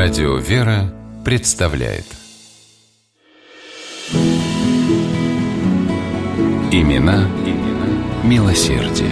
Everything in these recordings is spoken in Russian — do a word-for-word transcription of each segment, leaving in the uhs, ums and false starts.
Радио «Вера» представляет Имена, имена милосердия.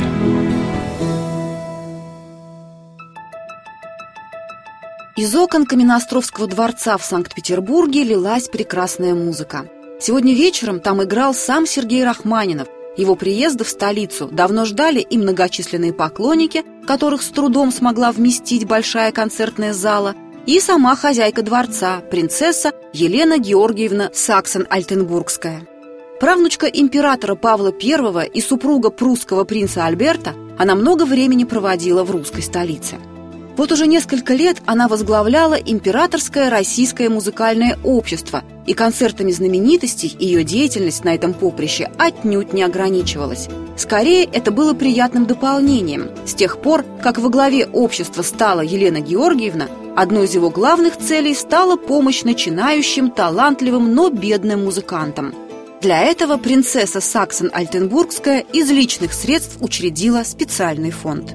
Из окон Каменноостровского дворца в Санкт-Петербурге лилась прекрасная музыка. Сегодня вечером там играл сам Сергей Рахманинов. Его приезда в столицу давно ждали и многочисленные поклонники, которых с трудом смогла вместить большая концертная зала, и сама хозяйка дворца, принцесса Елена Георгиевна Саксон-Альтенбургская. Правнучка императора Павла Первого и супруга прусского принца Альберта, она много времени проводила в русской столице. Вот уже несколько лет она возглавляла Императорское российское музыкальное общество, и концертами знаменитостей ее деятельность на этом поприще отнюдь не ограничивалась. Скорее, это было приятным дополнением. С тех пор, как во главе общества стала Елена Георгиевна, одной из его главных целей стала помощь начинающим, талантливым, но бедным музыкантам. Для этого принцесса Саксон-Альтенбургская из личных средств учредила специальный фонд.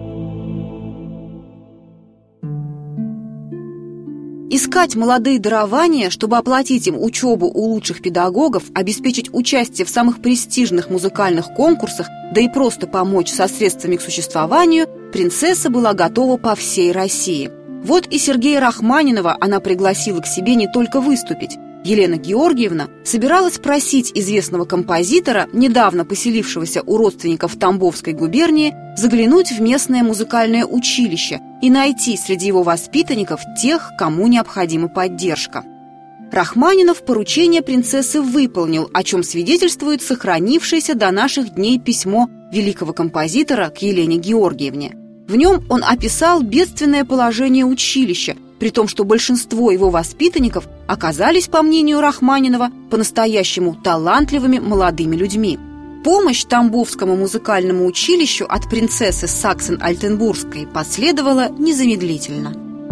Искать молодые дарования, чтобы оплатить им учебу у лучших педагогов, обеспечить участие в самых престижных музыкальных конкурсах, да и просто помочь со средствами к существованию, принцесса была готова по всей России. Вот и Сергея Рахманинова она пригласила к себе не только выступить. Елена Георгиевна собиралась просить известного композитора, недавно поселившегося у родственников в Тамбовской губернии, заглянуть в местное музыкальное училище и найти среди его воспитанников тех, кому необходима поддержка. Рахманинов поручение принцессы выполнил, о чем свидетельствует сохранившееся до наших дней письмо великого композитора к Елене Георгиевне. В нем он описал бедственное положение училища, при том, что большинство его воспитанников оказались, по мнению Рахманинова, по-настоящему талантливыми молодыми людьми. Помощь Тамбовскому музыкальному училищу от принцессы Саксон-Альтенбургской последовала незамедлительно.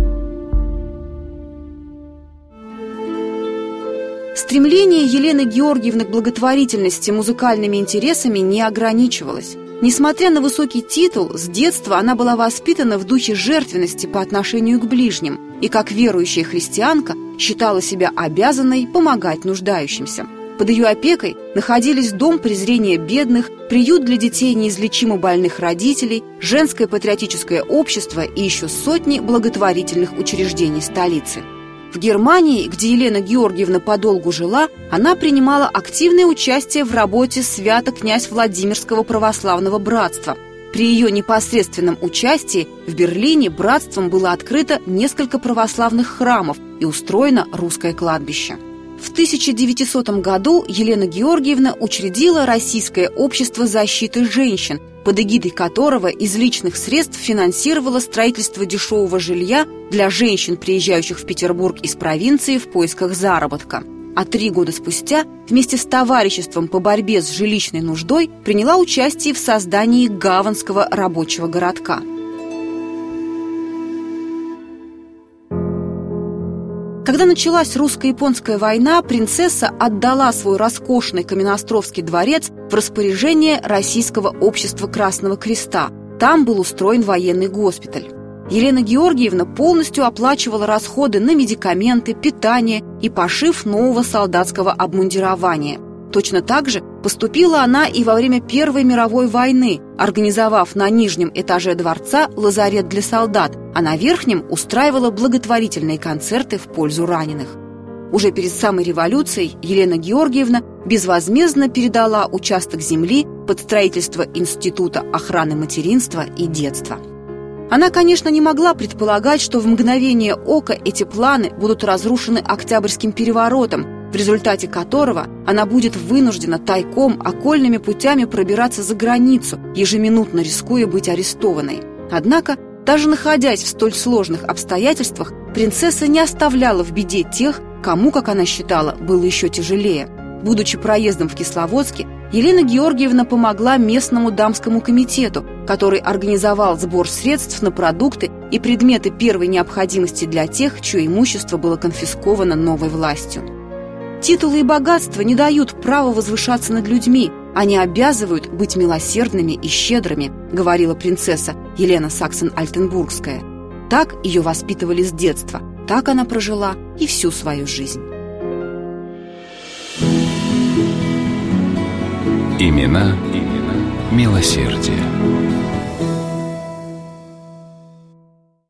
Стремление Елены Георгиевны к благотворительности музыкальными интересами не ограничивалось. Несмотря на высокий титул, с детства она была воспитана в духе жертвенности по отношению к ближним и, как верующая христианка, считала себя обязанной помогать нуждающимся. Под ее опекой находились дом презрения бедных, приют для детей неизлечимо больных родителей, женское патриотическое общество и еще сотни благотворительных учреждений столицы. В Германии, где Елена Георгиевна подолгу жила, она принимала активное участие в работе Свято-князь Владимирского православного братства. При ее непосредственном участии в Берлине братством было открыто несколько православных храмов и устроено русское кладбище. В тысяча девятисотом году Елена Георгиевна учредила Российское общество защиты женщин, под эгидой которого из личных средств финансировало строительство дешевого жилья для женщин, приезжающих в Петербург из провинции в поисках заработка. А три года спустя вместе с товариществом по борьбе с жилищной нуждой приняла участие в создании Гаванского рабочего городка. Когда началась русско-японская война, принцесса отдала свой роскошный Каменноостровский дворец в распоряжение Российского общества Красного Креста. Там был устроен военный госпиталь. Елена Георгиевна полностью оплачивала расходы на медикаменты, питание и пошив нового солдатского обмундирования. Точно так же поступила она и во время Первой мировой войны, организовав на нижнем этаже дворца лазарет для солдат, а на верхнем устраивала благотворительные концерты в пользу раненых. Уже перед самой революцией Елена Георгиевна безвозмездно передала участок земли под строительство Института охраны материнства и детства. Она, конечно, не могла предполагать, что в мгновение ока эти планы будут разрушены Октябрьским переворотом, в результате которого она будет вынуждена тайком, окольными путями пробираться за границу, ежеминутно рискуя быть арестованной. Однако, даже находясь в столь сложных обстоятельствах, принцесса не оставляла в беде тех, кому, как она считала, было еще тяжелее. Будучи проездом в Кисловодске, Елена Георгиевна помогла местному дамскому комитету, который организовал сбор средств на продукты и предметы первой необходимости для тех, чье имущество было конфисковано новой властью. Титулы и богатства не дают права возвышаться над людьми, они обязывают быть милосердными и щедрыми, говорила принцесса Елена Саксон-Альтенбургская. Так ее воспитывали с детства. Так она прожила и всю свою жизнь. Имена, имена милосердия.